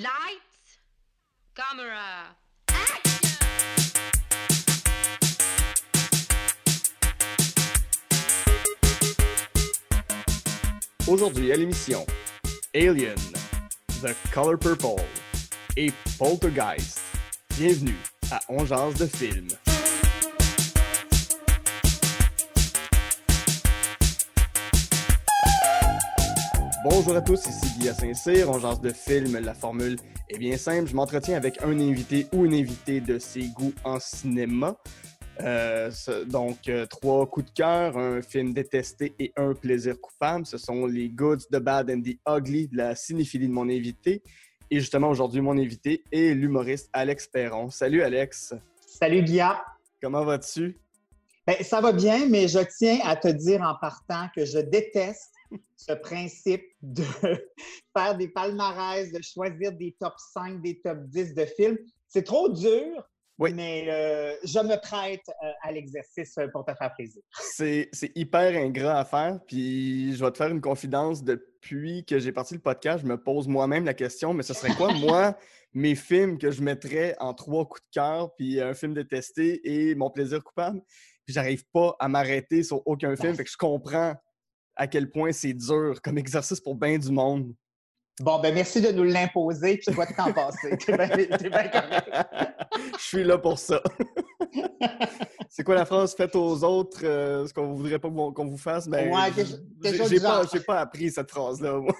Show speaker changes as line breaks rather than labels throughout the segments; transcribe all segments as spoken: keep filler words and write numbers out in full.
Lights, camera.
Aujourd'hui à l'émission, Alien, The Color Purple et Poltergeist. Bienvenue à On jase de film. Bonjour à tous, ici Guy Saint-Cyr, On jase de film. La formule est bien simple, je m'entretiens avec un invité ou une invitée de ses goûts en cinéma. Euh, donc, euh, trois coups de cœur, un film détesté et un plaisir coupable. Ce sont les Goods, the Bad and the Ugly de la cinéphilie de mon invité. Et justement, aujourd'hui, mon invité est l'humoriste Alex Perron. Salut Alex!
Salut Guilla!
Comment vas-tu?
Ben, ça va bien, mais je tiens à te dire en partant que je déteste ce principe de faire des palmarès, de choisir des top cinq, des top dix de films. C'est trop dur. Oui. Mais euh, je me prête euh, à l'exercice pour te faire plaisir.
C'est, c'est hyper ingrat à faire, puis je vais te faire une confidence. Depuis que j'ai parti le podcast, je me pose moi-même la question, mais ce serait quoi, moi, mes films que je mettrais en trois coups de cœur, puis un film détesté et mon plaisir coupable? Puis j'arrive pas à m'arrêter sur aucun film, fait que je comprends à quel point c'est dur comme exercice pour bien du monde.
Bon, ben merci de nous l'imposer, puis toi de t'en passer. T'es bien, t'es bien correct.
Je suis là pour ça. C'est quoi la phrase? Faites aux autres euh, ce qu'on ne voudrait pas qu'on vous fasse. Ben,
ouais,
j'ai, j'ai, j'ai, pas, j'ai pas appris cette phrase-là, moi.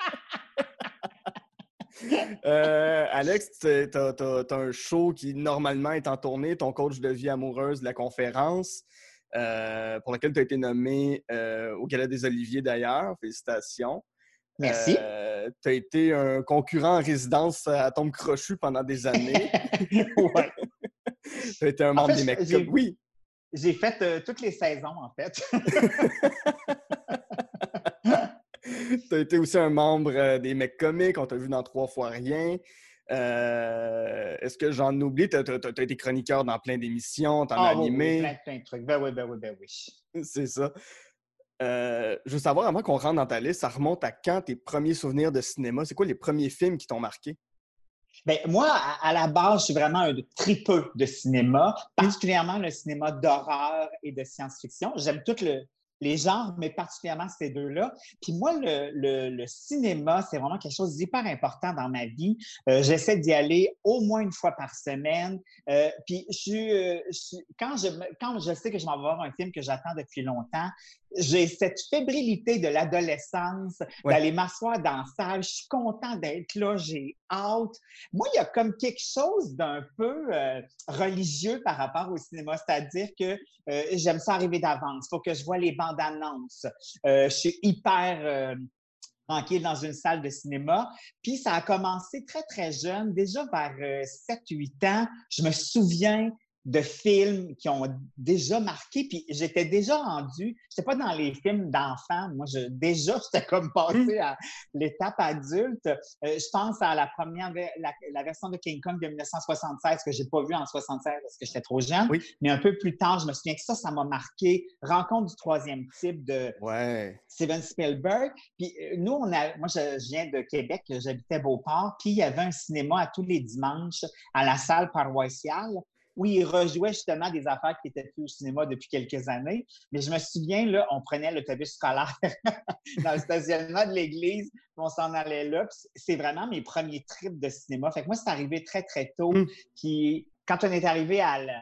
euh, Alex, tu as un show qui, normalement, est en tournée, ton coach de vie amoureuse de la conférence, euh, pour laquelle tu as été nommé euh, au Gala des Oliviers, d'ailleurs. Félicitations.
Merci.
Euh, tu as été un concurrent en résidence à Tombe Crochu pendant des années.
Ouais.
Tu as été un membre en fait, des mecs
j'ai,
Oui.
J'ai fait euh, toutes les saisons, en fait.
Tu as été aussi un membre euh, des mecs comiques. On t'a vu dans Trois fois rien. Euh, est-ce que j'en oublie? Tu as, as, as été chroniqueur dans plein d'émissions. Tu en
ah,
as animé.
Oui, plein, plein de trucs. Ben oui, ben oui, ben oui.
C'est ça. Euh, je veux savoir, avant qu'on rentre dans ta liste, ça remonte à quand tes premiers souvenirs de cinéma? C'est quoi les premiers films qui t'ont marqué?
Bien, moi, à, à la base, je suis vraiment un tripeux de cinéma, particulièrement le cinéma d'horreur et de science-fiction. J'aime tous le, les genres, mais particulièrement ces deux-là. Puis moi, le, le, le cinéma, c'est vraiment quelque chose d'hyper important dans ma vie. Euh, j'essaie d'y aller au moins une fois par semaine. Euh, puis je suis, euh, je, quand, je, quand je sais que je vais voir un film que j'attends depuis longtemps, j'ai cette fébrilité de l'adolescence, ouais. d'aller m'asseoir dans la salle. Je suis content d'être là, j'ai hâte. Moi, il y a comme quelque chose d'un peu euh, religieux par rapport au cinéma, c'est-à-dire que euh, j'aime ça arriver d'avance. Il faut que je vois les bandes annonces. Euh, je suis hyper... Euh, tranquille dans une salle de cinéma. Puis ça a commencé très, très jeune, déjà vers euh, sept huit ans. Je me souviens de films qui ont déjà marqué, puis j'étais déjà rendue, j'étais pas dans les films d'enfants, moi, je, déjà, j'étais comme passée à l'étape adulte. Euh, je pense à la première, la, la version de King Kong de dix-neuf cent soixante-seize, que j'ai pas vue en soixante-seize parce que j'étais trop jeune, oui. Mais un peu plus tard, je me souviens que ça, ça m'a marqué. Rencontre du troisième type de
ouais.
Steven Spielberg. Puis nous, on a, moi, je, je viens de Québec, j'habitais Beauport, puis il y avait un cinéma à tous les dimanches à la salle paroissiale, où il rejouait justement des affaires qui étaient plus au cinéma depuis quelques années. Mais je me souviens, là, on prenait l'autobus scolaire dans le stationnement de l'église, puis on s'en allait là. Puis c'est vraiment mes premiers trips de cinéma. Fait que moi, c'est arrivé très, très tôt. Mm. Puis quand on est arrivé à, la,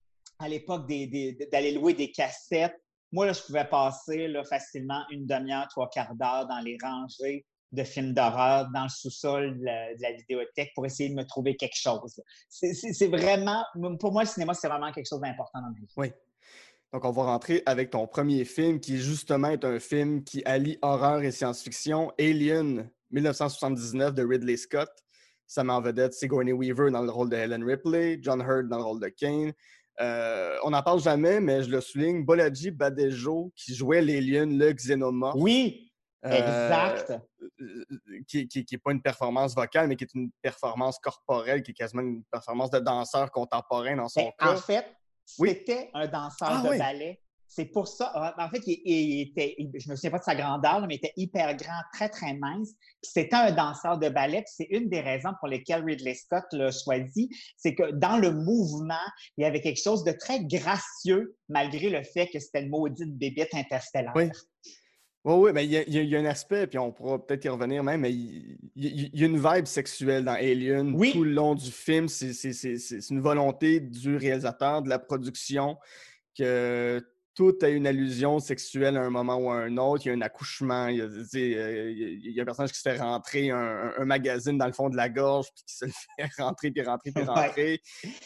à l'époque des, des, d'aller louer des cassettes, moi, là, je pouvais passer là, facilement une demi-heure, trois quarts d'heure dans les rangées de films d'horreur dans le sous-sol de la, de la vidéothèque pour essayer de me trouver quelque chose. C'est, c'est, c'est vraiment... Pour moi, le cinéma, c'est vraiment quelque chose d'important dans ma vie.
Oui. Donc, on va rentrer avec ton premier film qui, justement, est un film qui allie horreur et science-fiction. Alien, dix-neuf cent soixante-dix-neuf, de Ridley Scott. Ça met en vedette Sigourney Weaver dans le rôle de Helen Ripley, John Hurt dans le rôle de Kane. Euh, on n'en parle jamais, mais je le souligne, Bolaji Badejo, qui jouait l'Alien, le xénomorphe.
Oui! Exact.
Euh, qui n'est pas une performance vocale, mais qui est une performance corporelle, qui est quasiment une performance de danseur contemporain dans son
Mais
cas.
En fait,
oui.
c'était un danseur
ah,
de
oui.
ballet. C'est pour ça. Ah, en fait, il, il était, il- je me souviens pas de sa grandeur, là, mais il était hyper grand, très, très mince. Puis c'était un danseur de ballet. Puis c'est une des raisons pour lesquelles Ridley Scott l'a choisi. C'est que dans le mouvement, il y avait quelque chose de très gracieux, malgré le fait que c'était une maudite bébête interstellaire.
Oui. Oui, oui, mais il y a, il y a- il y a un aspect, puis on pourra peut-être y revenir même, mais il, il- il y a une vibe sexuelle dans Alien tout le
Oui,
long du film. C'est c'est- c'est- c'est- c'est une volonté du réalisateur, de la production, que tout a une allusion sexuelle à un moment ou à un autre. Il y a un accouchement, il y a, tu sais, euh, il y a- il y a un personnage qui se fait rentrer un, un- un magazine dans le fond de la gorge, puis qui se le fait rentrer, puis rentrer, puis
ouais.
rentrer.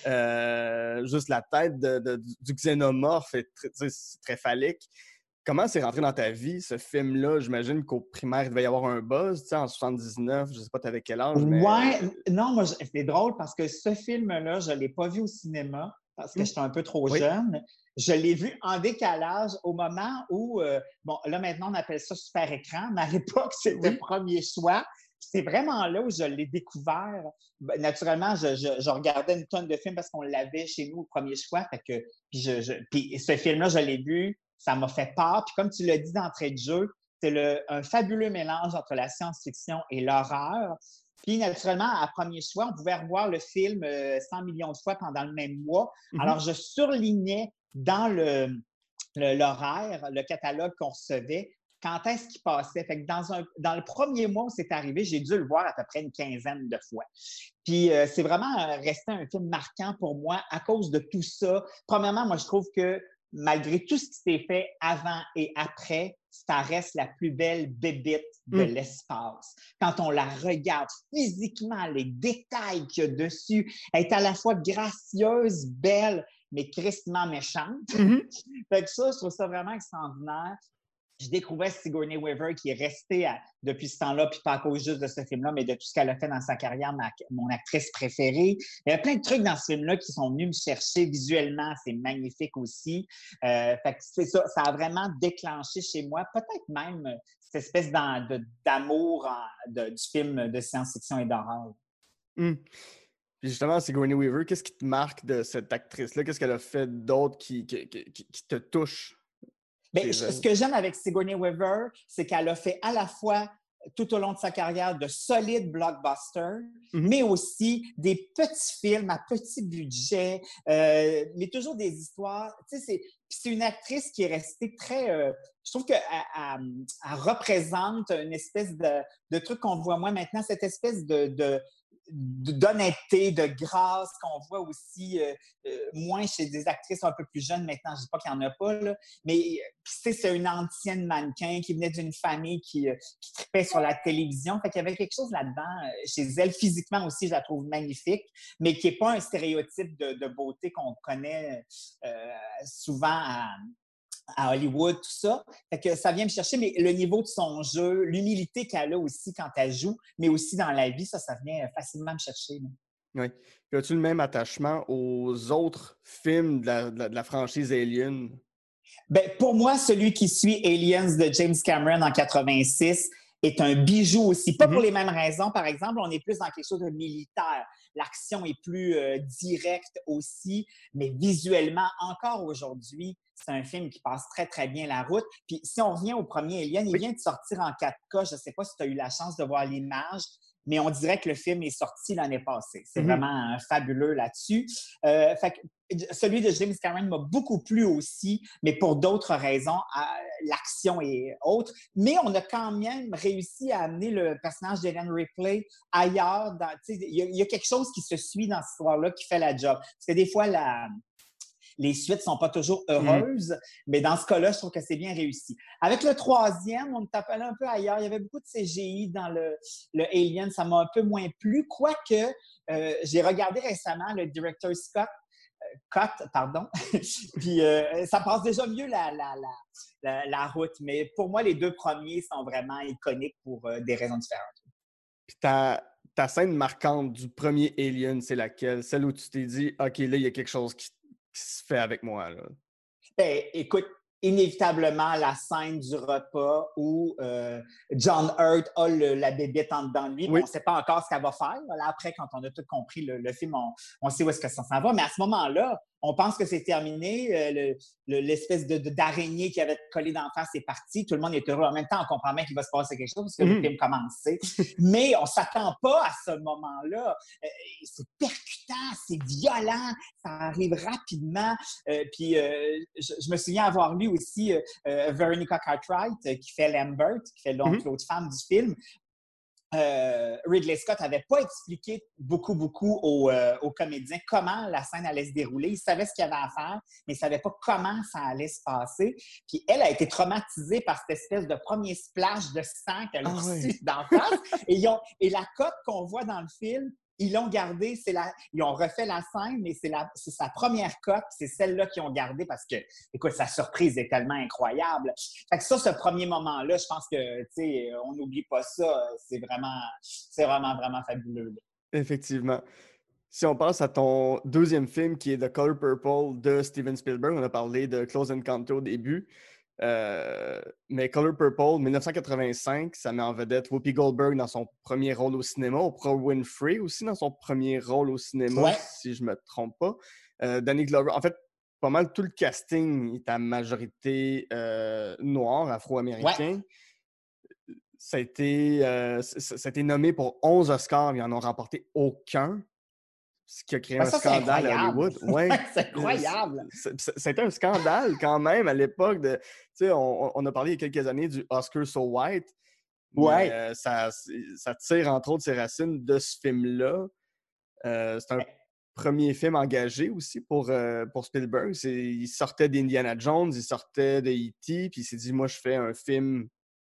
Euh, juste la tête de- de- du du xénomorphe est très, tu sais, c'est très phallique. Comment c'est rentré dans ta vie, ce film-là? J'imagine qu'au primaire, il devait y avoir un buzz, tu sais, en soixante-dix-neuf, je sais pas t'avais quel âge, mais...
Ouais, non, moi, je- c'est drôle parce que ce film-là, je ne l'ai pas vu au cinéma parce que
Hmm.
j'étais un peu trop
Oui,
jeune. Je l'ai vu en décalage au moment où, euh, bon, là maintenant, on appelle ça super écran, mais à l'époque, c'était
oui.
premier choix. C'est vraiment là où je l'ai découvert. Ben, naturellement, je, je- je regardais une tonne de films parce qu'on l'avait chez nous au premier choix. Fait que, puis, je, je- puis ce film-là, je l'ai vu, ça m'a fait peur. Puis comme tu l'as dit d'entrée de jeu, c'est le- un fabuleux mélange entre la science-fiction et l'horreur. Puis, naturellement, à premier choix, on pouvait revoir le film euh, cent millions de fois pendant le même mois.
Mhm.
Alors, je surlignais dans le, le- l'horaire, le catalogue qu'on recevait, quand est-ce qu'il passait. Fait que dans, un, dans le premier mois où c'est arrivé, j'ai dû le voir à peu près une quinzaine de fois. Puis euh, c'est vraiment euh, resté un film marquant pour moi à cause de tout ça. Premièrement, moi, je trouve que malgré tout ce qui s'est fait avant et après, ça reste la plus belle bébite de
Hmm.
l'espace. Quand on la regarde physiquement, les détails qu'il y a dessus, elle est à la fois gracieuse, belle, mais tristement méchante.
Mhm.
Fait que ça, je trouve ça vraiment extraordinaire. Je découvrais Sigourney Weaver qui est restée à- depuis ce temps-là, puis pas à cause juste de ce film-là, mais de tout ce qu'elle a fait dans sa carrière, ma- mon actrice préférée. Il y a plein de trucs dans ce film-là qui sont venus me chercher visuellement. C'est magnifique aussi. Euh, fait que c'est ça, ça a vraiment déclenché chez moi, peut-être même euh, cette espèce d'en- de- d'amour en- de- du film de science-fiction et d'horreur.
Hmm. Puis justement, Sigourney Weaver, qu'est-ce qui te marque de cette actrice-là? Qu'est-ce qu'elle a fait d'autre qui, qui, qui- qui- qui te touche
Bien,
chez
ce
elle?
que j'aime avec Sigourney Weaver, c'est qu'elle a fait à la fois tout au long de sa carrière de solides blockbusters,
Mhm.
mais aussi des petits films à petit budget, euh, mais toujours des histoires. Tu sais, c'est, puis c'est une actrice qui est restée très. Euh, je trouve qu'elle elle- elle représente une espèce de, de truc qu'on voit moins maintenant, cette espèce de, de- d'honnêteté, de grâce qu'on voit aussi euh, euh, moins chez des actrices un peu plus jeunes maintenant. Je ne dis pas qu'il n'y en a pas, là, mais tu sais, c'est une ancienne mannequin qui venait d'une famille qui, euh, qui tripait sur la télévision. Fait qu'il y avait quelque chose là-dedans euh, chez elle. Physiquement aussi, je la trouve magnifique, mais qui n'est pas un stéréotype de, de beauté qu'on connaît euh, souvent à, à Hollywood, tout ça. Fait que ça vient me chercher, mais le niveau de son jeu, l'humilité qu'elle a aussi quand elle joue, mais aussi dans la vie, ça, ça vient facilement me chercher. Là.
Oui. Puis as-tu le même attachement aux autres films de la, de la- de la franchise Alien?
Ben, pour moi, celui qui suit Aliens de James Cameron en quatre-vingt-six est un bijou aussi. Pas
Mhm.
pour les mêmes raisons, par exemple, on est plus dans quelque chose de militaire. L'action est plus euh, directe aussi, mais visuellement, encore aujourd'hui, c'est un film qui passe très, très bien la route. Puis si on revient au premier Alien, il
Oui.
vient de sortir en quatre K. Je ne sais pas si tu as eu la chance de voir l'image, mais on dirait que le film est sorti l'année passée. C'est
Mhm.
vraiment euh, fabuleux là-dessus. Euh, fait que celui de James Cameron m'a beaucoup plu aussi, mais pour d'autres raisons. Euh, l'action est autre. Mais on a quand même réussi à amener le personnage d'Ellen Ripley ailleurs. Dans, il, y a, il y a quelque chose qui se suit dans cette histoire-là qui fait la job. Parce que des fois, la, les suites ne sont pas toujours heureuses, mmh. mais dans ce cas-là, je trouve que c'est bien réussi. Avec le troisième, on est appelé un peu ailleurs. Il y avait beaucoup de C G I dans le, le Alien. Ça m'a un peu moins plu, quoique euh, j'ai regardé récemment le directeur Scott, euh, Cut, pardon, puis euh, ça passe déjà mieux la, la, la, la, la route. Mais pour moi, les deux premiers sont vraiment iconiques pour euh, des raisons différentes.
Puis ta, ta scène marquante du premier Alien, c'est laquelle? Celle où tu t'es dit, OK, là, il y a quelque chose qui qui se fait avec moi, là?
Ben, écoute, inévitablement, la scène du repas où euh, John Hurt a le, la bébête en dedans de lui. Oui. On ne sait pas encore ce qu'elle va faire. Là, après, quand on a tout compris le, le film, on, on sait où est-ce que ça s'en va. Mais à ce moment-là, on pense que c'est terminé. Euh, le, le, l'espèce de, de, d'araignée qui avait collé d'en face est partie. Tout le monde est heureux. En même temps, on comprend bien qu'il va se passer quelque chose parce que mm-hmm. le film commence. Mais on ne s'attend pas à ce moment-là. Euh, c'est percutant, c'est violent, ça arrive rapidement. Euh, puis euh, je, je me souviens avoir lu aussi euh, euh, Veronica Cartwright euh, qui fait Lambert, qui fait donc mm-hmm. l'autre femme du film. Euh, Ridley Scott n'avait pas expliqué beaucoup, beaucoup aux, euh, aux comédiens comment la scène allait se dérouler. Il savait ce qu'il y avait à faire, mais il ne savait pas comment ça allait se passer. Puis elle a été traumatisée par cette espèce de premier splash de sang qu'elle a
ah,
reçu
oui.
d'en face. et, ils ont, et la cote qu'on voit dans le film, ils l'ont gardée, c'est la, ils ont refait la scène, mais c'est, la, c'est sa première cote, c'est celle-là qu'ils ont gardée parce que, écoute, sa surprise est tellement incroyable. Fait que ça, ce premier moment-là, je pense que, tu sais, on n'oublie pas ça, c'est vraiment, c'est vraiment, vraiment fabuleux.
Effectivement. Si on passe à ton deuxième film qui est The Color Purple de Steven Spielberg, on a parlé de Close Encounter au début. Euh, mais Color Purple, dix-neuf cent quatre-vingt-cinq, ça met en vedette Whoopi Goldberg dans son premier rôle au cinéma, Oprah Winfrey aussi dans son premier rôle au cinéma,
ouais.
si je ne me trompe pas. Euh, Danny Glover, en fait, pas mal tout le casting est à majorité euh, noire, afro-américain. Ouais. Ça a été, euh, ça, ça a été nommé pour onze Oscars, mais ils n'en ont remporté aucun. Ce qui a créé ben, un ça, scandale à Hollywood. Ouais.
C'est incroyable!
C'était un scandale quand même à l'époque. De, on, on a parlé il y a quelques années du Oscar So White.
Ouais.
Mais, euh, ça, ça tire entre autres ses racines de ce film-là. Euh, c'est un ouais. premier film engagé aussi pour, euh, pour Spielberg. C'est, il sortait d'Indiana Jones, il sortait de E T, puis il s'est dit, moi, je fais un film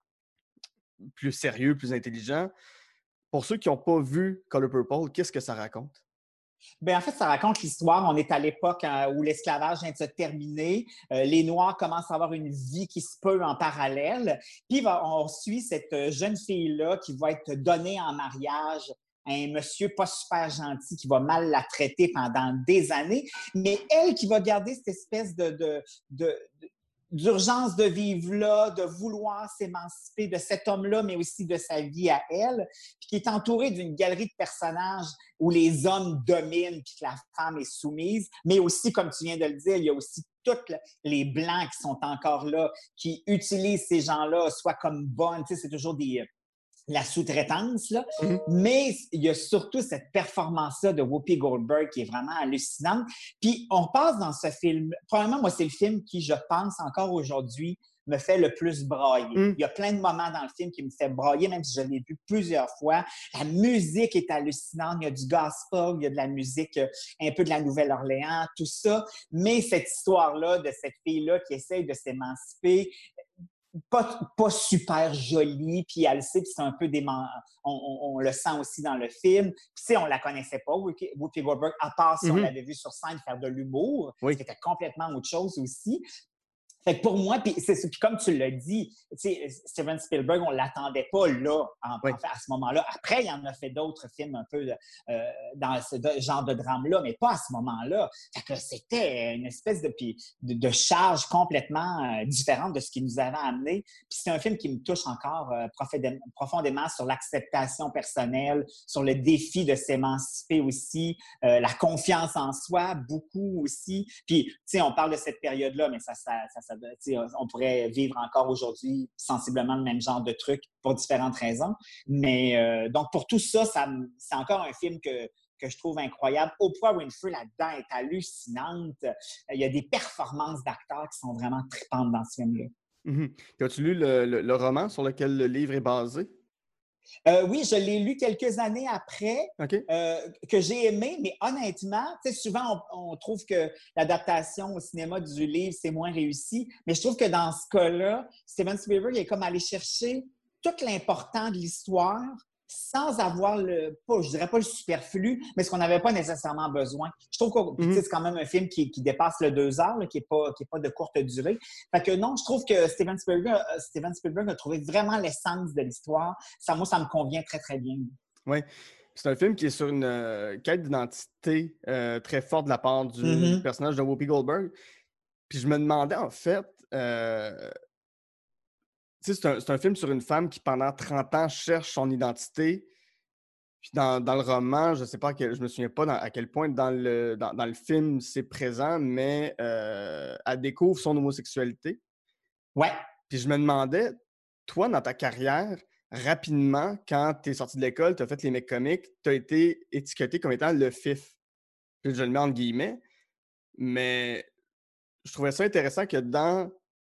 plus sérieux, plus intelligent. Pour ceux qui n'ont pas vu Color Purple, qu'est-ce que ça raconte?
Bien, en fait, ça raconte l'histoire. On est à l'époque hein, où l'esclavage vient de se terminer. Euh, les Noirs commencent à avoir une vie qui se peut en parallèle. Puis, on suit cette jeune fille-là qui va être donnée en mariage à un monsieur pas super gentil qui va mal la traiter pendant des années. Mais elle qui va garder cette espèce de... de, de, de d'urgence de vivre là, de vouloir s'émanciper de cet homme-là, mais aussi de sa vie à elle, puis qui est entourée d'une galerie de personnages où les hommes dominent puis que la femme est soumise, mais aussi, comme tu viens de le dire, il y a aussi tous les Blancs qui sont encore là, qui utilisent ces gens-là, soit comme bonnes, tu sais, c'est toujours des... la sous-traitance, là. Mm-hmm. Mais il y a surtout cette performance-là de Whoopi Goldberg qui est vraiment hallucinante. Puis on passe dans ce film, probablement, moi, c'est le film qui, je pense, encore aujourd'hui, me fait le plus brailler. Mm. Il y a plein de moments dans le film qui me fait brailler, même si je l'ai vu plusieurs fois. La musique est hallucinante. Il y a du gospel, il y a de la musique un peu de la Nouvelle-Orléans, tout ça. Mais cette histoire-là de cette fille-là qui essaye de s'émanciper, Pas, pas super jolie, puis elle le sait, puis c'est un peu dément... on, on, on le sent aussi dans le film. Puis tu sais, on la connaissait pas, Whoopi Goldberg, à part si mm-hmm. on l'avait vue sur scène faire de l'humour, oui. C'était complètement autre chose aussi. Fait que pour moi, puis, c'est, puis comme tu l'as dit, Steven Spielberg, on ne l'attendait pas là, en, oui. en fait, à ce moment-là. Après, il en a fait d'autres films un peu euh, dans ce de, genre de drame-là, mais pas à ce moment-là. Fait que c'était une espèce de, de, de charge complètement euh, différente de ce qui nous avait amené. Puis c'est un film qui me touche encore euh, profondément, profondément sur l'acceptation personnelle, sur le défi de s'émanciper aussi, euh, la confiance en soi, beaucoup aussi. Puis, tu sais, on parle de cette période-là, mais ça, ça, ça, ça on pourrait vivre encore aujourd'hui sensiblement le même genre de truc pour différentes raisons. Mais euh, donc, pour tout ça, ça, c'est encore un film que, que je trouve incroyable. Oprah Winfrey, là-dedans, est hallucinante. Il y a des performances d'acteurs qui sont vraiment tripantes dans ce film-là.
Mm-hmm. As-tu lu le, le, le roman sur lequel le livre est basé?
Euh, oui, je l'ai lu quelques années après,
okay.
euh, que j'ai aimé, mais honnêtement, tu sais, souvent on, on trouve que l'adaptation au cinéma du livre, c'est moins réussi, mais je trouve que dans ce cas-là, Steven Spielberg est comme allé chercher tout l'important de l'histoire sans avoir le, pas, je dirais pas le superflu, mais ce qu'on n'avait pas nécessairement besoin. Je trouve que mm-hmm. c'est quand même un film qui, qui dépasse le deux heures, là, qui n'est pas, qui est pas de courte durée. Fait que non, je trouve que Steven Spielberg, euh, Steven Spielberg a trouvé vraiment l'essence de l'histoire. Ça, moi, ça me convient très, très bien.
Oui. C'est un film qui est sur une euh, quête d'identité euh, très forte de la part du mm-hmm. personnage de Whoopi Goldberg. Puis je me demandais, en fait... Euh... C'est un, c'est un film sur une femme qui, pendant trente ans, cherche son identité. Puis dans, dans le roman, je sais pas, à quel, je me souviens pas dans, à quel point dans le, dans, dans le film c'est présent, mais euh, elle découvre son homosexualité.
Ouais.
Puis je me demandais, toi, dans ta carrière, rapidement, quand tu es sorti de l'école, tu as fait les mecs comiques, tu as été étiqueté comme étant le fif. Puis je le mets entre guillemets, mais je trouvais ça intéressant que dans,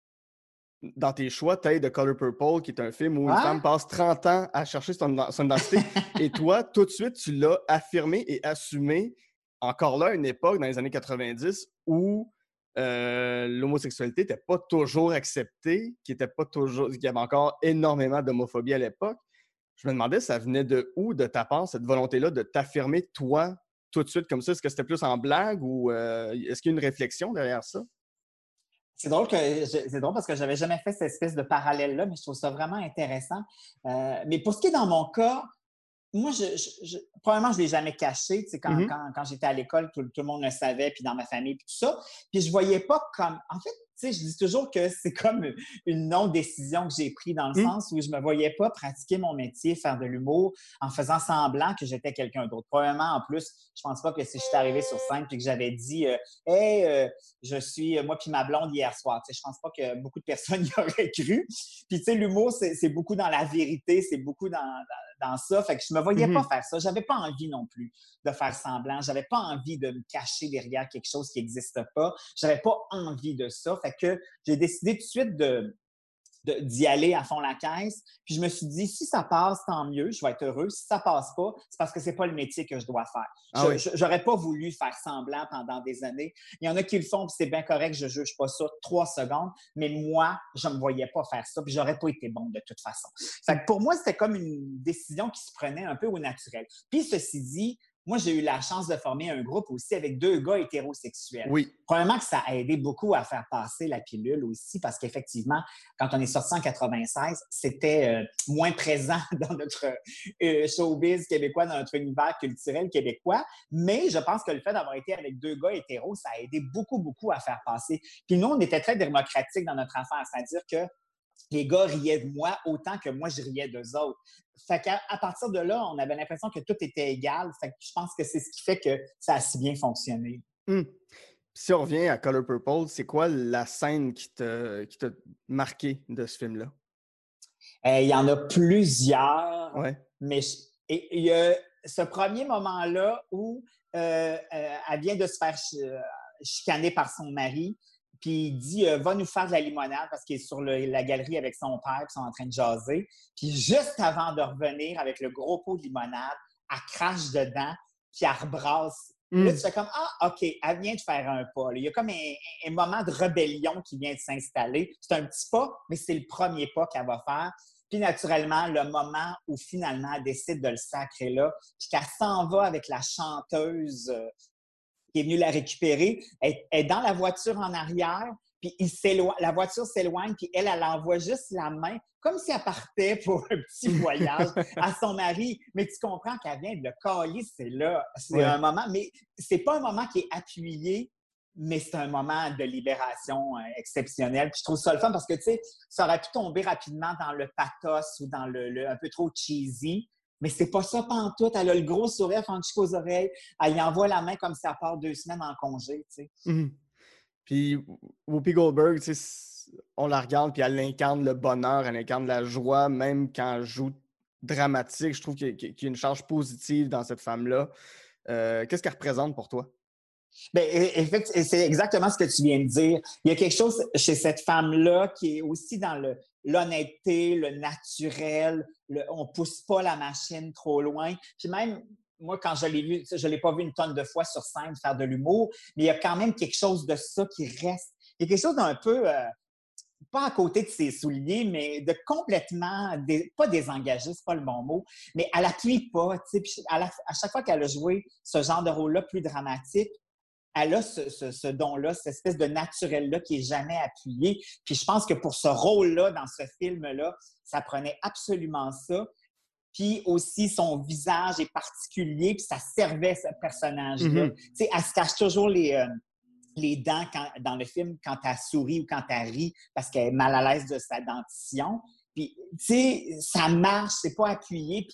dans tes choix, tu aies The Color Purple, qui est un film où une
Ouais.
femme passe trente ans à chercher son, son identité, et toi, tout de suite, tu l'as affirmé et assumé, encore là, à une époque, dans les années quatre-vingt-dix, où euh, l'homosexualité n'était pas toujours acceptée, qui était pas toujours, qu'il y avait encore énormément d'homophobie à l'époque. Je me demandais, ça venait de où, de ta part, cette volonté-là de t'affirmer, toi, tout de suite comme ça? Est-ce que c'était plus en blague ou euh, est-ce qu'il y a une réflexion derrière ça?
C'est drôle que c'est drôle parce que j'avais jamais fait cette espèce de parallèle-là, mais je trouve ça vraiment intéressant. Euh, mais pour ce qui est dans mon cas, moi, je, je, je, probablement, je ne l'ai jamais caché. Tu sais, quand,
Mm-hmm.
quand, quand j'étais à l'école, tout, tout le monde le savait, puis dans ma famille, puis tout ça. Puis je ne voyais pas comme... En fait, tu sais, je dis toujours que c'est comme une non-décision que j'ai prise dans le
Mm.
sens où je ne me voyais pas pratiquer mon métier, faire de l'humour, en faisant semblant que j'étais quelqu'un d'autre. Probablement, en plus, je pense pas que si je suis arrivée sur scène puis que j'avais dit euh, « Hey, euh, je suis euh, moi puis ma blonde hier soir », tu sais, je pense pas que beaucoup de personnes y auraient cru. Puis, tu sais, l'humour, c'est, c'est beaucoup dans la vérité, c'est beaucoup dans, dans, dans ça. Fait que je me voyais
Mm-hmm.
pas faire ça. J'avais pas envie non plus de faire semblant. J'avais pas envie de me cacher derrière quelque chose qui n'existe pas. J'avais pas envie de ça. Fait que j'ai décidé tout de suite de, de, d'y aller à fond la caisse. Puis je me suis dit, si ça passe, tant mieux, je vais être heureux. Si ça passe pas, c'est parce que c'est pas le métier que je dois faire.
Ah
je,
oui.
je, j'aurais pas voulu faire semblant pendant des années. Il y en a qui le font, puis c'est bien correct, je juge pas ça trois secondes, mais moi, je me voyais pas faire ça, puis j'aurais pas été bon de toute façon. Fait que pour moi, c'était comme une décision qui se prenait un peu au naturel. Puis ceci dit, moi, j'ai eu la chance de former un groupe aussi avec deux gars hétérosexuels.
Oui.
Probablement que ça a aidé beaucoup à faire passer la pilule aussi, parce qu'effectivement, quand on est sorti en quatre-vingt-seize, c'était euh, moins présent dans notre euh, showbiz québécois, dans notre univers culturel québécois. Mais je pense que le fait d'avoir été avec deux gars hétéros, ça a aidé beaucoup, beaucoup à faire passer. Puis nous, on était très démocratiques dans notre affaire, c'est-à-dire que les gars riaient de moi autant que moi, je riais d'eux autres. Fait qu'à à partir de là, on avait l'impression que tout était égal. Fait que je pense que c'est ce qui fait que ça a si bien fonctionné.
Mm. Si on revient à Color Purple, c'est quoi la scène qui t'a, qui t'a marqué de ce film-là?
Euh, il y en a plusieurs,
ouais.
mais il y a ce premier moment-là où euh, euh, elle vient de se faire ch- chicaner par son mari, puis il dit euh, « Va nous faire de la limonade » parce qu'il est sur le, la galerie avec son père, qui sont en train de jaser. Puis juste avant de revenir avec le gros pot de limonade, elle crache dedans, puis elle rebrasse. Mm. Là, tu fais comme « Ah, OK, elle vient de faire un pas. » Il y a comme un, un moment de rébellion qui vient de s'installer. C'est un petit pas, mais c'est le premier pas qu'elle va faire. Puis naturellement, le moment où finalement elle décide de le sacrer là, puis qu'elle s'en va avec la chanteuse euh, qui est venue la récupérer, elle, elle est dans la voiture en arrière, puis il s'éloigne, la voiture s'éloigne, puis elle, elle envoie juste la main, comme si elle partait pour un petit voyage à son mari. Mais tu comprends qu'elle vient de le caler, c'est là. C'est ouais. un moment, mais c'est pas un moment qui est appuyé, mais c'est un moment de libération euh, exceptionnel. Puis je trouve ça le fun parce que, tu sais, ça aurait pu tomber rapidement dans le pathos ou dans le, le un peu trop cheesy. Mais c'est pas ça pantoute. Elle a le gros sourire fendu jusqu'aux oreilles. Elle y envoie la main comme si elle part deux semaines en congé, tu sais.
Mm-hmm. Puis Whoopi Goldberg, tu sais, on la regarde puis elle incarne le bonheur, elle incarne la joie, même quand elle joue dramatique. Je trouve qu'il y a une charge positive dans cette femme-là. Euh, qu'est-ce qu'elle représente pour toi?
Bien, effectivement, c'est exactement ce que tu viens de dire. Il y a quelque chose chez cette femme-là qui est aussi dans le, l'honnêteté, le naturel, le, on ne pousse pas la machine trop loin. Puis même, moi, quand je l'ai vu, je ne l'ai pas vu une tonne de fois sur scène faire de l'humour, mais il y a quand même quelque chose de ça qui reste. Il y a quelque chose d'un peu, euh, pas à côté de ses souliers, mais de complètement, dé, pas désengagé, c'est pas le bon mot, mais elle n'appuie pas. Tu sais, à, la, à chaque fois qu'elle a joué ce genre de rôle-là plus dramatique, elle a ce, ce, ce don-là, cette espèce de naturel-là qui n'est jamais appuyé. Puis je pense que pour ce rôle-là, dans ce film-là, ça prenait absolument ça. Puis aussi, son visage est particulier, puis ça servait ce personnage-là. Mm-hmm. Tu sais, elle se cache toujours les, euh, les dents quand, dans le film quand elle sourit ou quand elle rit parce qu'elle est mal à l'aise de sa dentition. Puis, tu sais, ça marche, c'est pas appuyé, puis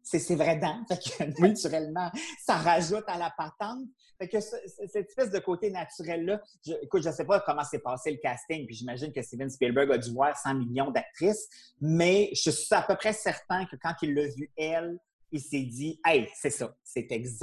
c'est ses vraies dents. Fait que,
Oui.
naturellement, ça rajoute à la patente. Fait que ce, cette espèce de côté naturel-là, je, écoute, je ne sais pas comment s'est passé le casting, puis j'imagine que Steven Spielberg a dû voir cent millions d'actrices, mais je suis à peu près certain que quand il l'a vu, elle, il s'est dit « Hey, c'est ça, c'est exactement. »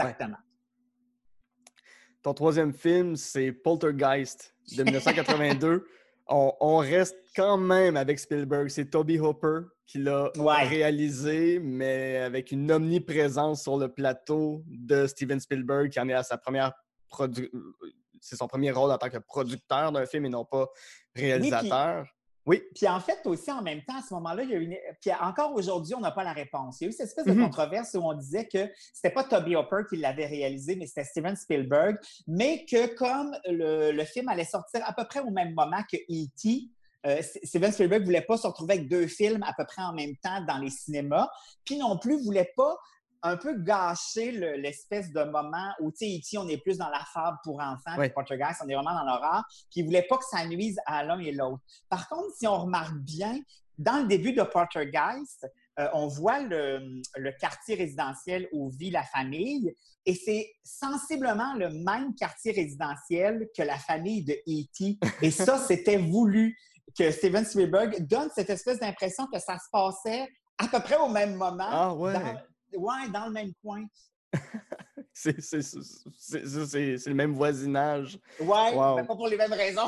Ton troisième film, c'est Poltergeist de dix-neuf cent quatre-vingt-deux. on, on reste quand même avec Spielberg. C'est Toby Hooper qui l'a
Ouais.
réalisé, mais avec une omniprésence sur le plateau de Steven Spielberg, qui en est à sa première produ... C'est son premier rôle en tant que producteur d'un film et non pas réalisateur.
Oui, puis,
oui.
Puis en fait, aussi, en même temps, à ce moment-là, il y a une... Puis encore aujourd'hui, on n'a pas la réponse. Il y a eu cette espèce de mm-hmm. controverse où on disait que c'était pas Toby Hooper qui l'avait réalisé, mais c'était Steven Spielberg, mais que comme le, le film allait sortir à peu près au même moment que E T, euh, Steven Spielberg ne voulait pas se retrouver avec deux films à peu près en même temps dans les cinémas, puis non plus ne voulait pas un peu gâcher le, l'espèce de moment où, tu sais, E T, on est plus dans la fable pour enfants,
oui.
puis Poltergeist, on est vraiment dans l'horreur, puis il ne voulait pas que ça nuise à l'un et l'autre. Par contre, si on remarque bien, dans le début de Poltergeist, euh, on voit le, le quartier résidentiel où vit la famille, et c'est sensiblement le même quartier résidentiel que la famille de E T, et ça, c'était voulu que Steven Spielberg donne cette espèce d'impression que ça se passait à peu près au même moment.
Ah ouais!
Dans, Ouais, dans le même coin.
c'est, c'est, c'est, c'est, c'est, c'est le même voisinage.
Ouais, wow. Mais pas pour les mêmes raisons.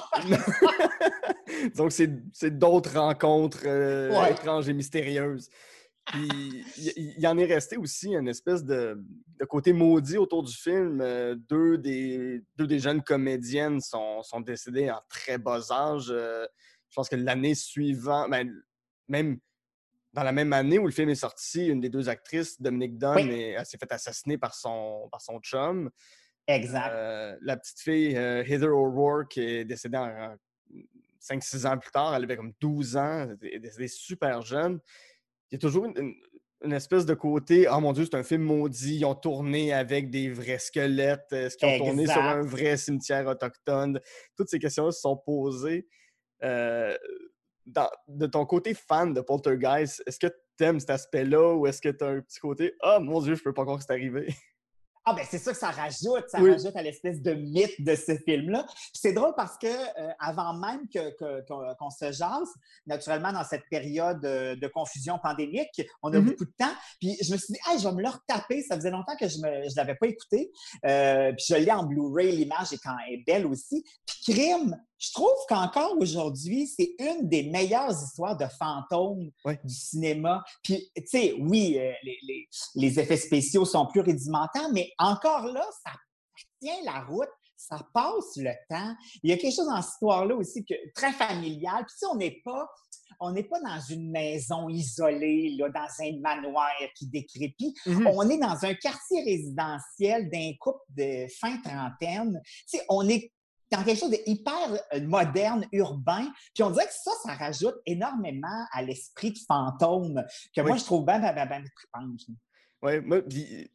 Donc, c'est, c'est d'autres rencontres euh,
ouais.
étranges et mystérieuses. Puis, il y, y en est resté aussi une espèce de, de côté maudit autour du film. Euh, deux, des, deux des jeunes comédiennes sont, sont décédées en très bas âge. Euh, je pense que l'année suivante, ben, même... Dans la même année où le film est sorti, une des deux actrices, Dominique Dunn, oui. elle s'est fait assassiner par son, par son chum.
Exact.
Euh, la petite fille, euh, Heather O'Rourke, est décédée en, en cinq six ans plus tard. Elle avait comme douze ans. Elle est décédée super jeune. Il y a toujours une, une, une espèce de côté « Oh mon Dieu, c'est un film maudit. Ils ont tourné avec des vrais squelettes. Est-ce qu'ils ont exact. Tourné sur un vrai cimetière autochtone? » Toutes ces questions-là se sont posées. Euh, Dans, de ton côté fan de Poltergeist, est-ce que tu aimes cet aspect-là ou est-ce que tu as un petit côté « Ah, oh, mon Dieu, je peux pas croire que c'est arrivé ».
Ah, ben c'est ça que ça rajoute, ça
oui.
rajoute à l'espèce de mythe de ce film-là. Puis c'est drôle parce que euh, avant même que, que, qu'on, qu'on se jase, naturellement, dans cette période de, de confusion pandémique, on a mm-hmm. beaucoup de temps. Puis je me suis dit, hey, je vais me le retaper. Ça faisait longtemps que je ne l'avais pas écouté. Euh, puis je l'ai en Blu-ray, l'image est, quand, est belle aussi. Puis crime, je trouve qu'encore aujourd'hui, c'est une des meilleures histoires de fantômes
ouais.
du cinéma. Puis, tu sais, oui, euh, les, les, les effets spéciaux sont plus rudimentaires, mais encore là, ça tient la route, ça passe le temps. Il y a quelque chose dans cette histoire-là aussi que, très familial. Puis, tu sais, on n'est pas, on n'est pas dans une maison isolée, là, dans un manoir qui décrépit. Mm-hmm. On est dans un quartier résidentiel d'un couple de fin trentaine. Tu sais, on est dans quelque chose de hyper moderne, urbain. Puis on dirait que ça, ça rajoute énormément à l'esprit de fantôme que oui. moi, je trouve bien, bien, bien, bien trippant.
Oui, moi, je,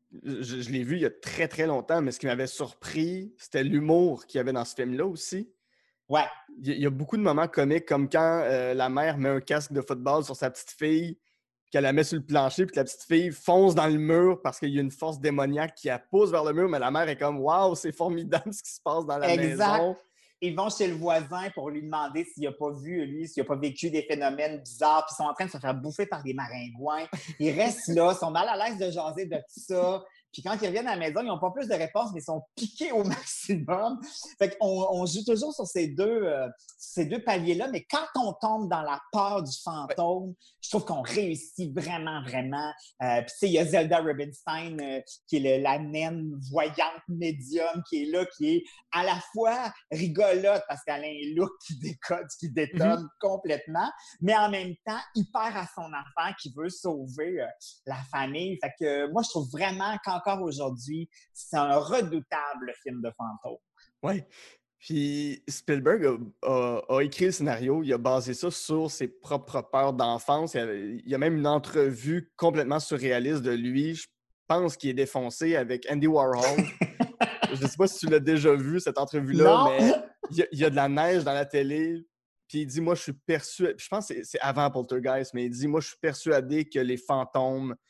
je l'ai vu il y a très, très longtemps, mais ce qui m'avait surpris, c'était l'humour qu'il y avait dans ce film-là aussi.
Ouais.
Il y a beaucoup de moments comiques, comme quand euh, la mère met un casque de football sur sa petite fille, qu'elle la met sur le plancher, puis que la petite fille fonce dans le mur parce qu'il y a une force démoniaque qui la pousse vers le mur, mais la mère est comme « Waouh, c'est formidable ce qui se passe dans la
exact.
maison! »
Ils vont chez le voisin pour lui demander s'il n'a pas vu, lui, s'il n'a pas vécu des phénomènes bizarres, puis ils sont en train de se faire bouffer par des maringouins. Ils restent là, sont mal à l'aise de jaser de tout ça. Puis quand ils reviennent à la maison, ils n'ont pas plus de réponses, mais ils sont piqués au maximum. Fait qu'on on joue toujours sur ces deux, euh, ces deux paliers-là, mais quand on tombe dans la peur du fantôme, ouais. je trouve qu'on réussit vraiment, vraiment. Euh, puis tu sais, il y a Zelda Rubinstein, euh, qui est le, la naine voyante médium, qui est là, qui est à la fois rigolote, parce qu'elle a un look qui décode, qui détonne mm-hmm. complètement, mais en même temps, hyper à son affaire, qui veut sauver euh, la famille. Fait que euh, moi, je trouve vraiment qu'en encore aujourd'hui, c'est un redoutable film de fantôme.
Oui. Puis Spielberg a, a, a écrit le scénario, il a basé ça sur ses propres peurs d'enfance. Il y a même une entrevue complètement surréaliste de lui, je pense qu'il est défoncé, avec Andy Warhol. Je ne sais pas si tu l'as déjà vu, cette entrevue-là,
non.
mais il y, a, il y a de la neige dans la télé. Puis il dit, moi, je suis persuadé, je pense que c'est, c'est avant Poltergeist, mais il dit, moi, je suis persuadé que les fantômes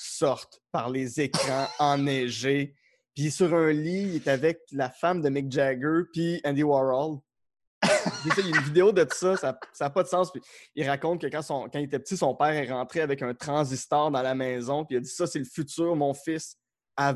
sortent par les écrans enneigés. Puis sur un lit, il est avec la femme de Mick Jagger puis Andy Warhol. Il y a une vidéo de ça, ça n'a pas de sens. Puis il raconte que quand, son, quand il était petit, son père est rentré avec un transistor dans la maison, puis il a dit « Ça, c'est le futur, mon fils, avale-le. »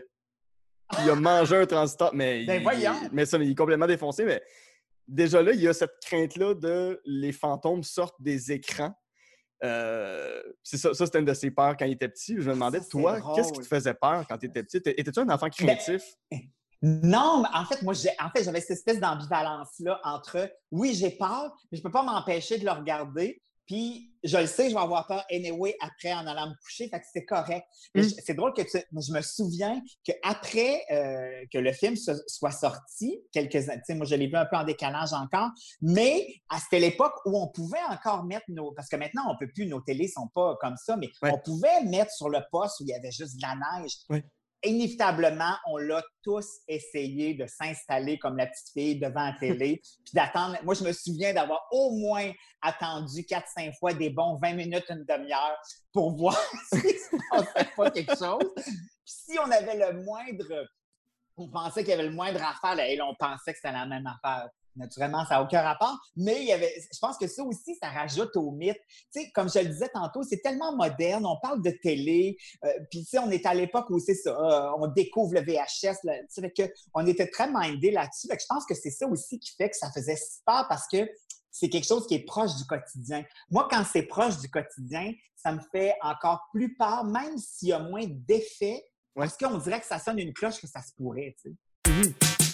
Puis il a mangé un transistor, mais,
Ben
il,
voyons!
il, mais ça, il est complètement défoncé. Mais déjà là, il y a cette crainte-là de les fantômes sortent des écrans. Euh, c'est ça, ça c'était une de ses peurs quand il était petit. Je me demandais,
Ça,
toi,
drôle.
qu'est-ce qui te faisait peur quand tu étais petit? Étais-tu un enfant craintif?
Ben, non, mais en fait, moi, j'ai, en fait, j'avais cette espèce d'ambivalence-là entre oui, j'ai peur, mais je peux pas m'empêcher de le regarder. Puis, je le sais, je vais avoir peur anyway après en allant me coucher, fait que c'est correct. Mais
Mm.
je- c'est drôle que tu, je me souviens qu'après euh, que le film se- soit sorti, quelques années, tu sais, moi, je l'ai vu un peu en décalage encore, mais à- c'était l'époque où on pouvait encore mettre nos. Parce que maintenant, on peut plus, nos télés sont pas comme ça, mais
Ouais.
on pouvait mettre sur le poste où il y avait juste de la neige.
Ouais.
Inévitablement, on l'a tous essayé de s'installer comme la petite fille devant la télé, puis d'attendre. Moi, je me souviens d'avoir au moins attendu quatre cinq fois des bons vingt minutes, une demi-heure pour voir s'il ne se passait pas quelque chose. Puis si on avait le moindre... On pensait qu'il y avait le moindre affaire, là, et là, on pensait que c'était la même affaire. Naturellement, ça n'a aucun rapport, mais il y avait, je pense que ça aussi, ça rajoute au mythe. Tu sais, comme je le disais tantôt, c'est tellement moderne, on parle de télé, euh, puis tu sais, on est à l'époque où c'est ça, euh, on découvre le V H S, là, tu sais, fait que on était très mindé là-dessus. Fait que je pense que c'est ça aussi qui fait que ça faisait si peur parce que c'est quelque chose qui est proche du quotidien. Moi, quand c'est proche du quotidien, ça me fait encore plus peur, même s'il y a moins d'effets, parce qu'on dirait que ça sonne une cloche que ça se pourrait, tu sais.
Mm-hmm.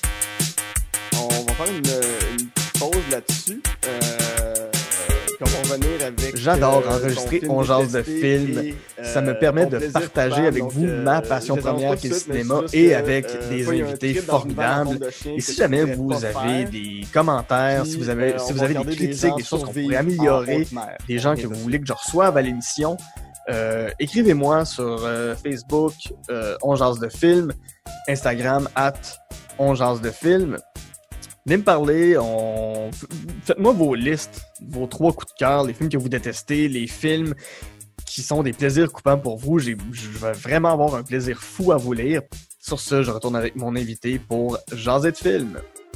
On va faire une, une pause là-dessus. Euh, puis on va revenir avec.
J'adore
euh,
enregistrer
ton film
On jase de
détesté
films.
et,
Ça me
euh,
permet
ton
de
plaisir
partager
coupable.
avec
Donc,
vous
euh,
ma passion
je les annonce
première
pas
qui est
tout
le
de suite, mais
cinéma
c'est juste
et
que,
avec
euh,
des
soit il y a un
invités
trip dans une vanne en
formidables.
forme de chien
Et
que
si
tu
jamais
devrais
vous
pas
avez
faire.
des commentaires,
Puis,
si vous avez,
euh,
si
on
vous
va
avez des
regarder
critiques,
gens
des choses qu'on pourrait
survivre en
améliorer,
haute mer.
des gens que vous voulez que je reçoive à l'émission, euh, écrivez-moi sur euh, Facebook, euh, On jase de film, Instagram, at On jase de film. Venez me parler, on... faites-moi vos listes, vos trois coups de cœur, les films que vous détestez, les films qui sont des plaisirs coupables pour vous. J'ai... Je vais vraiment avoir un plaisir fou à vous lire. Sur ce, je retourne avec mon invité pour jaser de film.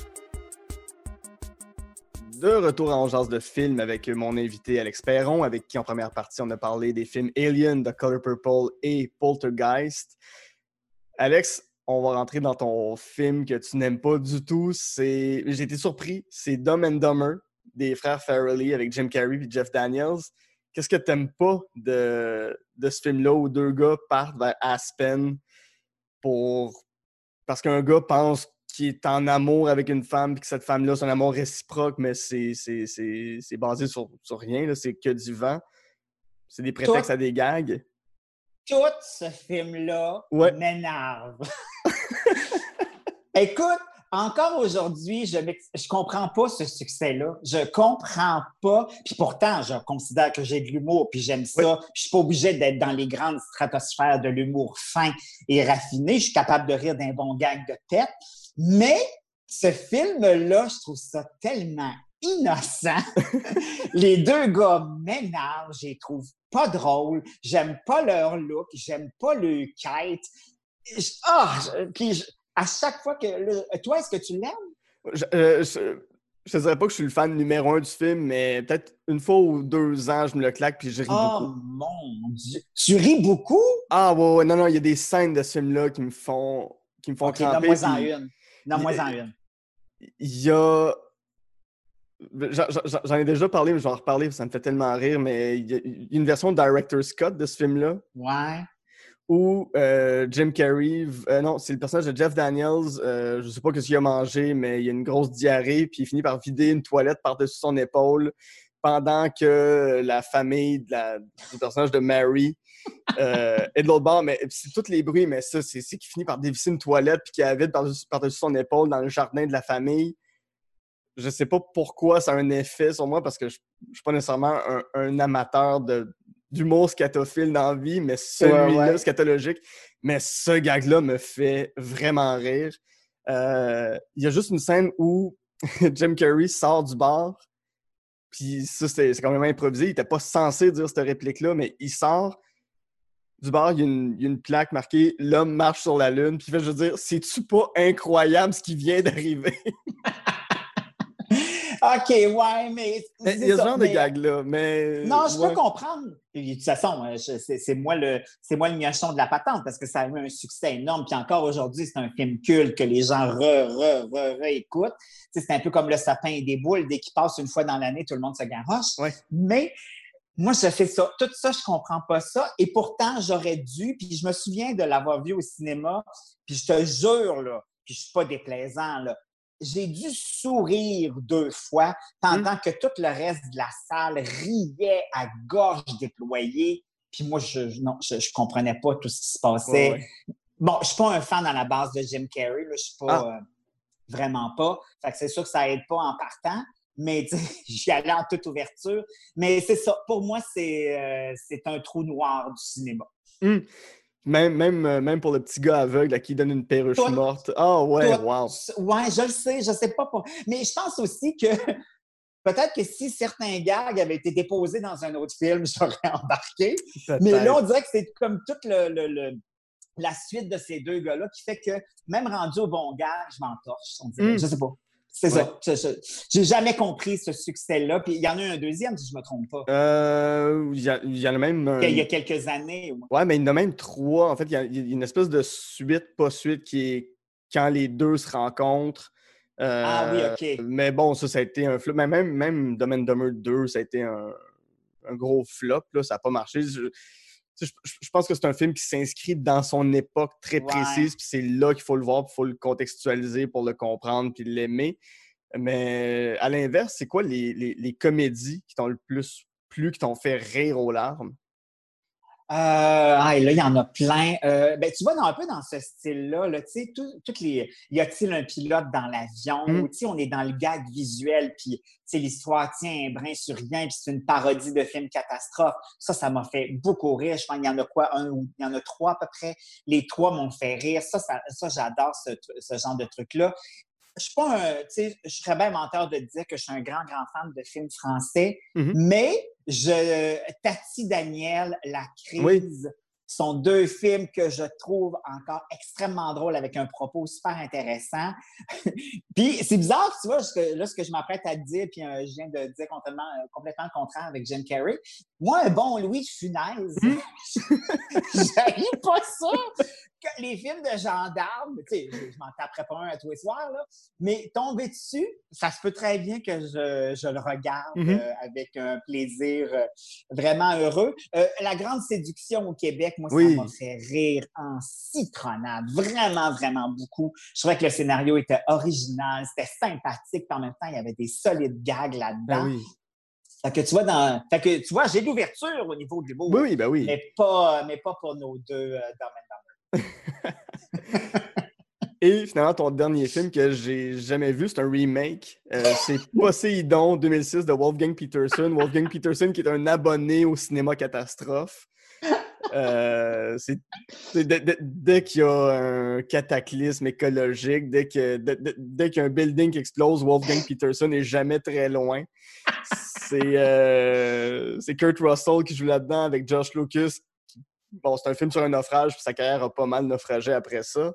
De retour à On jase de film avec mon invité Alex Perron, avec qui en première partie on a parlé des films Alien, The Color Purple et Poltergeist. Alex, on va rentrer dans ton film que tu n'aimes pas du tout. C'est... J'ai été surpris, c'est Dumb and Dumber des frères Farrelly avec Jim Carrey et Jeff Daniels. Qu'est-ce que tu n'aimes pas de... de ce film-là où deux gars partent vers Aspen pour... parce qu'un gars pense qu'il est en amour avec une femme et que cette femme-là, c'est un amour réciproque, mais c'est, c'est, c'est, c'est basé sur, sur rien, là. C'est que du vent. C'est des prétextes
Toi...
à des gags.
Tout ce film-là
ouais.
m'énerve. Écoute, encore aujourd'hui, je ne comprends pas ce succès-là. Je comprends pas. Puis pourtant, je considère que j'ai de l'humour, puis j'aime ça.
Oui.
Je suis pas obligée d'être dans les grandes stratosphères de l'humour fin et raffiné. Je suis capable de rire d'un bon gag de tête. Mais ce film-là, je trouve ça tellement innocent. Les deux gars m'énervent, je les trouve pas drôles, j'aime pas leur look, j'aime pas leur quête. Ah! Je, puis je, à chaque fois que... Le, toi, est-ce que tu l'aimes?
Je, euh, je, je dirais pas que je suis le fan numéro un du film, mais peut-être une fois ou deux ans, je me le claque puis je ris
oh,
beaucoup.
Oh mon Dieu! Tu ris beaucoup?
Ah ouais, ouais, non, non, il y a des scènes de ce film-là qui me font, qui me font
okay,
cramper.
Donne-moi en une. Donne-moi en une.
Il y a... J'en ai déjà parlé, mais je vais en reparler, ça me fait tellement rire, mais il y a une version de Director's Cut de ce film-là.
Ouais.
Où euh, Jim Carrey, euh, non, c'est le personnage de Jeff Daniels, euh, je sais pas ce qu'il a mangé, mais il a une grosse diarrhée, puis il finit par vider une toilette par-dessus son épaule, pendant que la famille de la, du personnage de Mary euh, est de l'autre bord, mais c'est tous les bruits, mais ça, c'est, c'est qu'il finit par dévisser une toilette, puis qu'il la vide par-dessus, par-dessus son épaule dans le jardin de la famille. Je sais pas pourquoi ça a un effet sur moi, parce que je, je suis pas nécessairement un, un amateur de, d'humour scatophile dans la vie, mais celui-là, ouais, ouais. scatologique, mais ce gag-là me fait vraiment rire. Euh, il y a juste une scène où Jim Carrey sort du bar, puis ça, c'est, c'est quand même improvisé, il était pas censé dire cette réplique-là, mais il sort, du bar, il y a une, il y a une plaque marquée « L'homme marche sur la lune », puis il fait, je veux dire, c'est-tu pas incroyable ce qui vient d'arriver?
OK, ouais, mais...
Il y a ce genre mais... de gag-là, mais...
Non, je
ouais.
peux comprendre. Et de toute façon, je, c'est, c'est, moi le, c'est moi le miochon de la patente parce que ça a eu un succès énorme. Puis encore aujourd'hui, c'est un film culte que les gens re, re, re, réécoutent. Tu sais, c'est un peu comme le sapin et des boules. Dès qu'il passe une fois dans l'année, tout le monde se garoche.
Ouais.
Mais moi, je fais ça. Tout ça, je comprends pas ça. Et pourtant, j'aurais dû. Puis je me souviens de l'avoir vu au cinéma. Puis je te jure, là, puis je suis pas déplaisant, là. J'ai dû sourire deux fois pendant mmh. que tout le reste de la salle riait à gorge déployée. Puis moi, je, non, je, je comprenais pas tout ce qui se passait. Ouais, ouais. Bon, je suis pas un fan à la base de Jim Carrey. Là, je suis pas... Ah. Euh, vraiment pas. Fait que c'est sûr que ça aide pas en partant. Mais j'y allais en toute ouverture. Mais c'est ça. Pour moi, c'est, euh, c'est un trou noir du cinéma.
Mmh. Même, même, même pour le petit gars aveugle à qui il donne une perruche Toi, morte. Ah oh, ouais, wow.
Ouais, je le sais, je sais pas. Pour... Mais je pense aussi que peut-être que si certains gags avaient été déposés dans un autre film, j'aurais embarqué. Peut-être. Mais là, on dirait que c'est comme toute le, le, le, la suite de ces deux gars-là qui fait que même rendu au bon gag, je m'entorche. On dirait. Mm. Je sais pas. C'est ouais. ça. Je, je, j'ai jamais compris ce succès-là. Puis il y en a eu un deuxième, si je me trompe pas.
Euh, il, y a, il y en a même... Un...
Il y a quelques années. Ouais,
ouais mais il y en a même trois. En fait, il y a, il y a une espèce de suite, pas suite, qui est quand les deux se rencontrent. Euh,
ah oui, OK.
Mais bon, ça, ça a été un flop. Mais même, même Dumb and Dumber deux, ça a été un, un gros flop. Là. Ça n'a pas marché. Je, je, je pense que c'est un film qui s'inscrit dans son époque très ouais. précise. Puis c'est là qu'il faut le voir, il faut le contextualiser pour le comprendre puis l'aimer. Mais à l'inverse, c'est quoi les, les, les comédies qui t'ont le plus plu, qui t'ont fait rire aux larmes?
Euh, ah, et là, il y en a plein. Euh, ben, tu vois, dans, un peu dans ce style-là, là, tu sais, tout, toutes les... Y a-t-il un pilote dans l'avion? Mm. Tu sais, on est dans le gag visuel, puis, tu sais, l'histoire tient un brin sur rien, puis c'est une parodie de film catastrophe. Ça, ça m'a fait beaucoup rire. Je pense qu'il y en a quoi? Un ou il y en a trois à peu près. Les trois m'ont fait rire. Ça, ça, ça j'adore ce, ce genre de truc-là. Je suis pas un, tu sais, je serais bien menteur de dire que je suis un grand, grand fan de films français, mm-hmm. mais je, Tati Daniel, La Crise, oui. sont deux films que je trouve encore extrêmement drôles avec un propos super intéressant. Puis c'est bizarre, tu vois, que, là, ce que je m'apprête à te dire, puis euh, je viens de dire complètement, euh, complètement le contraire avec Jim Carrey. Moi, un bon Louis de Funès, mm. j'arrive pas ça! Les films de gendarmes, tu sais, je, je m'en taperais pas un à tous les soirs, là, mais tomber dessus, ça se peut très bien que je, je le regarde mm-hmm. euh, avec un plaisir euh, vraiment heureux. Euh, La Grande Séduction au Québec, moi, oui. ça m'a fait rire en citronnade, vraiment, vraiment beaucoup. Je trouvais que le scénario était original, c'était sympathique, puis en même temps, il y avait des solides gags là-dedans.
Ben oui.
Fait que tu vois, dans... fait que, tu vois, j'ai de l'ouverture au niveau de l'humour.
Oui, oui, ben oui.
Mais pas, mais pas pour nos deux euh, domaines.
Et finalement, ton dernier film que j'ai jamais vu, c'est un remake. Euh, c'est Poséidon deux mille six de Wolfgang Petersen. Wolfgang Petersen qui est un abonné au cinéma catastrophe. Euh, c'est, c'est dès, dès, dès qu'il y a un cataclysme écologique, dès, que, dès, dès qu'il y a un building qui explose, Wolfgang Petersen n'est jamais très loin. C'est, euh, c'est Kurt Russell qui joue là-dedans avec Josh Lucas. Bon, c'est un film sur un naufrage, puis sa carrière a pas mal naufragé après ça.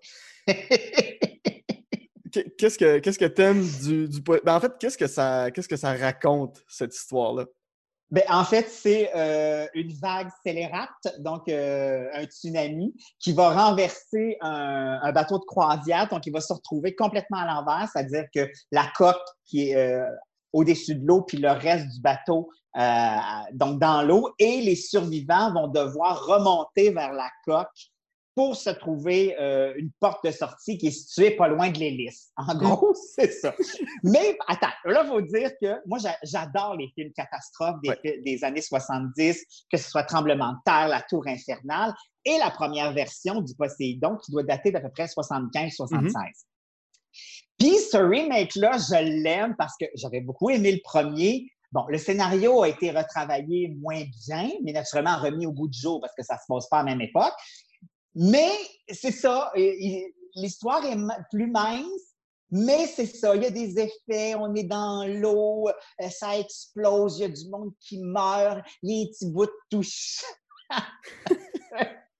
qu'est-ce que qu'est-ce que t'aimes du, du... Ben, en fait, qu'est-ce que ça qu'est-ce que ça raconte, cette histoire-là?
Ben, en fait, c'est euh, une vague scélérate, donc euh, un tsunami, qui va renverser un, un bateau de croisière, donc il va se retrouver complètement à l'envers, c'est-à-dire que la coque qui est euh, au-dessus de l'eau, puis le reste du bateau Euh, donc dans l'eau, et les survivants vont devoir remonter vers la coque pour se trouver euh, une porte de sortie qui est située pas loin de l'hélice. En gros, c'est ça. Mais attends, là, il faut dire que moi, j'a- j'adore les films catastrophes des, ouais. des années soixante-dix, que ce soit Tremblement de terre, La Tour infernale, et la première version du Poséidon qui doit dater d'à peu près soixante-quinze soixante-seize. Mm-hmm. Puis ce remake-là, je l'aime parce que j'avais beaucoup aimé le premier. Bon, le scénario a été retravaillé moins bien, mais naturellement remis au goût du jour parce que ça se passe pas à la même époque. Mais c'est ça, l'histoire est plus mince, mais c'est ça, il y a des effets, on est dans l'eau, ça explose, il y a du monde qui meurt, il y a un petit bout de touche.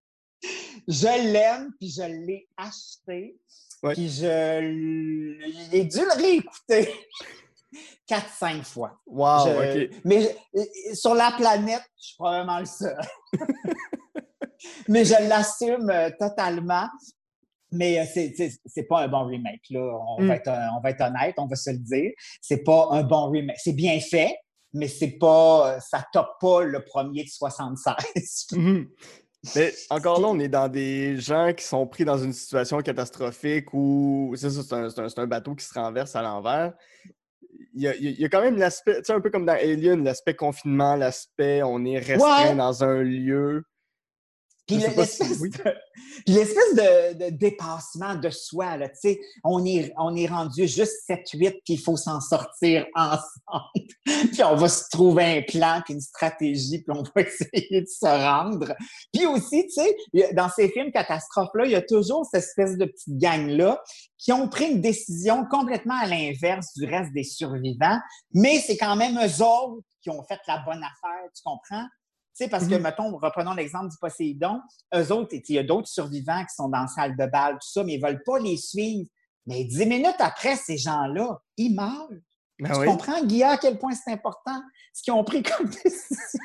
Je l'aime, puis je l'ai acheté.
Ouais.
Puis je j'ai dû le réécouter quatre cinq fois.
Wow,
Je-
OK.
Mais je- sur la planète, je suis probablement le seul. Mais je l'assume euh, totalement. Mais euh, c'est, c'est, c'est pas un bon remake, là. On,
Mm.
va être, euh, on va être honnête, on va se le dire. C'est pas un bon remake. C'est bien fait, mais c'est pas, euh, ça top pas le premier de soixante-seize.
Mhm. Mais encore là, on est dans des gens qui sont pris dans une situation catastrophique où c'est ça, c'est un, c'est un- c'est un bateau qui se renverse à l'envers. Il y a, il y a quand même l'aspect, tu sais, un peu comme dans Alien, l'aspect confinement, l'aspect on est restreint
Ouais.
dans un lieu.
Puis
Je sais
le-
pas si-
l'espèce,
oui.
de, puis l'espèce de, de dépassement de soi, là, tu sais, on est, on est rendu juste sept huit, puis il faut s'en sortir ensemble. Puis on va se trouver un plan, puis une stratégie, puis on va essayer de se rendre. Puis aussi, tu sais, il y a- dans ces films catastrophes-là, il y a toujours cette espèce de petite gang-là qui ont pris une décision complètement à l'inverse du reste des survivants, mais c'est quand même eux autres qui ont fait la bonne affaire, tu comprends? Tu sais, parce que,
Mhm.
mettons, reprenons l'exemple du Poséidon, eux autres, il y a d'autres survivants qui sont dans la salle de bal, tout ça, mais ils veulent pas les suivre. Mais dix minutes après, ces gens-là, ils meurent.
Ben
tu
oui.
comprends, Guy, à quel point c'est important ce qu'ils ont pris comme décision?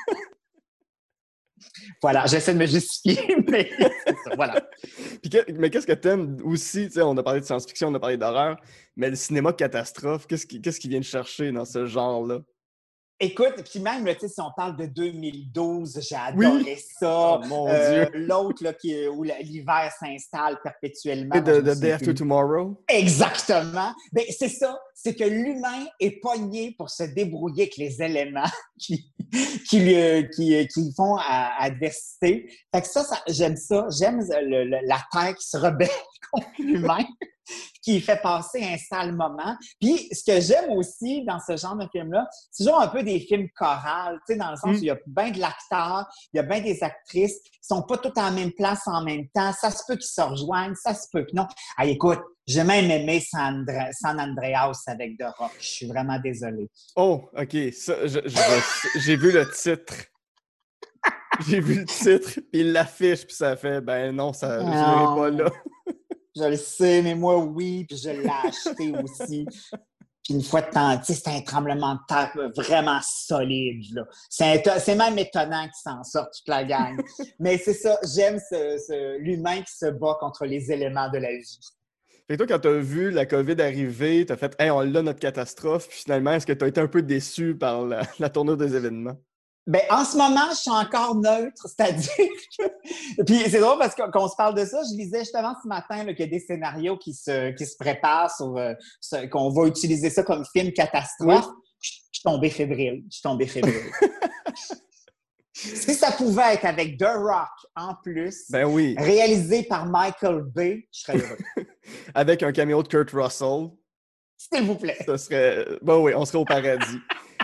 Voilà, j'essaie de me justifier, mais c'est ça, voilà.
Puis que- mais qu'est-ce que t'aimes aussi, tu sais, on a parlé de science-fiction, on a parlé d'horreur, mais le cinéma catastrophe, qu'est-ce qui, qu'est-ce qui vient de chercher dans ce genre-là?
Écoute, puis même, là, tu sais, si on parle de deux mille douze, j'ai
Oui.
adoré ça.
Oh mon
Euh,
Dieu!
L'autre, là, qui, où la- l'hiver s'installe perpétuellement.
Et
Moi,
de,
je me
de
souviens
Day After
plus.
Tomorrow?
Exactement. Ben, c'est ça. C'est que l'humain est pogné pour se débrouiller avec les éléments qui, qui, lui- qui, qui font à, adversité. Fait que ça, ça j'aime ça. J'aime le- le- la terre qui se rebelle contre l'humain, qui fait passer un sale moment. Puis, ce que j'aime aussi dans ce genre de film-là, c'est toujours un peu des films chorales, tu sais, dans le sens
Mm.
où il y a bien de l'acteur, il y a bien des actrices qui sont pas toutes en même place en même temps. Ça se peut qu'ils se rejoignent, ça se peut que non. Ah, écoute, j'ai même aimé San, Andre- San Andreas avec The Rock. Je suis vraiment désolée.
Oh, OK. Ça, je- je- j'ai vu le titre. J'ai vu le titre, puis l'affiche, puis ça fait, ben non, ça, je n'irai pas là.
Je le sais, mais moi, oui, puis je l'ai acheté aussi. Puis une fois de temps, tu sais, c'est un tremblement de terre vraiment solide, là. C'est, éto- c'est même étonnant qu'il s'en sorte toute la gang. Mais c'est ça, j'aime ce, ce- l'humain qui se bat contre les éléments de la vie.
Fait que toi, quand t'as vu la COVID arriver, t'as fait, hey, on l'a notre catastrophe, puis finalement, est-ce que t'as été un peu déçu par la, la tournure des événements?
Ben, en ce moment, je suis encore neutre, c'est-à-dire que... Puis c'est drôle parce que- qu'on se parle de ça. Je lisais justement ce matin là, qu'il y a des scénarios qui se, qui se préparent sur... euh, ce- qu'on va utiliser ça comme film catastrophe. Je je suis tombé fébrile. Je suis tombé fébrile. Si ça pouvait être avec The Rock en plus,
Ben oui,
réalisé par Michael Bay, je serais heureux.
avec un caméo de Kurt Russell,
S'il vous plaît.
ça serait... Ben oui, on serait au paradis.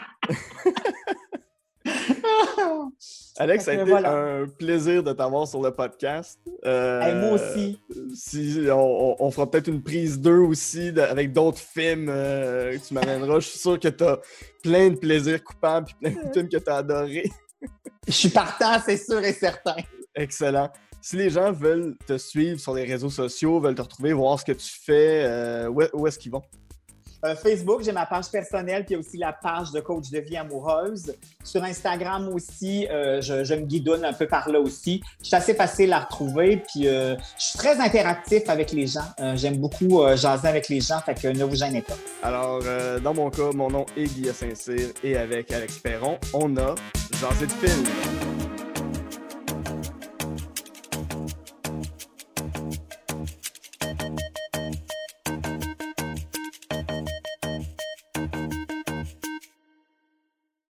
Alex, ça a
Fait que
été
voilà.
un plaisir de t'avoir sur le podcast. Euh,
Hey, moi aussi.
Si, on, on- on fera peut-être une prise deux aussi de- avec d'autres films euh, que tu m'amèneras. Je suis sûr que tu as plein de plaisirs coupables et plein de films que tu as adorés.
Je suis partant, c'est sûr et certain.
Excellent. Si les gens veulent te suivre sur les réseaux sociaux, veulent te retrouver, voir ce que tu fais, euh, où, où est-ce qu'ils vont?
Euh, Facebook, j'ai ma page personnelle, puis il y a aussi la page de coach de vie amoureuse. Sur Instagram aussi, euh, je, je me guidonne un peu par là aussi. Je suis assez facile à retrouver, puis euh, je suis très interactif avec les gens. Euh, j'aime beaucoup euh, jaser avec les gens, fait que ne vous gênez pas.
Alors, euh, dans mon cas, mon nom est Guy Saint-Cyr et avec Alex Perron, on a Jasé de film.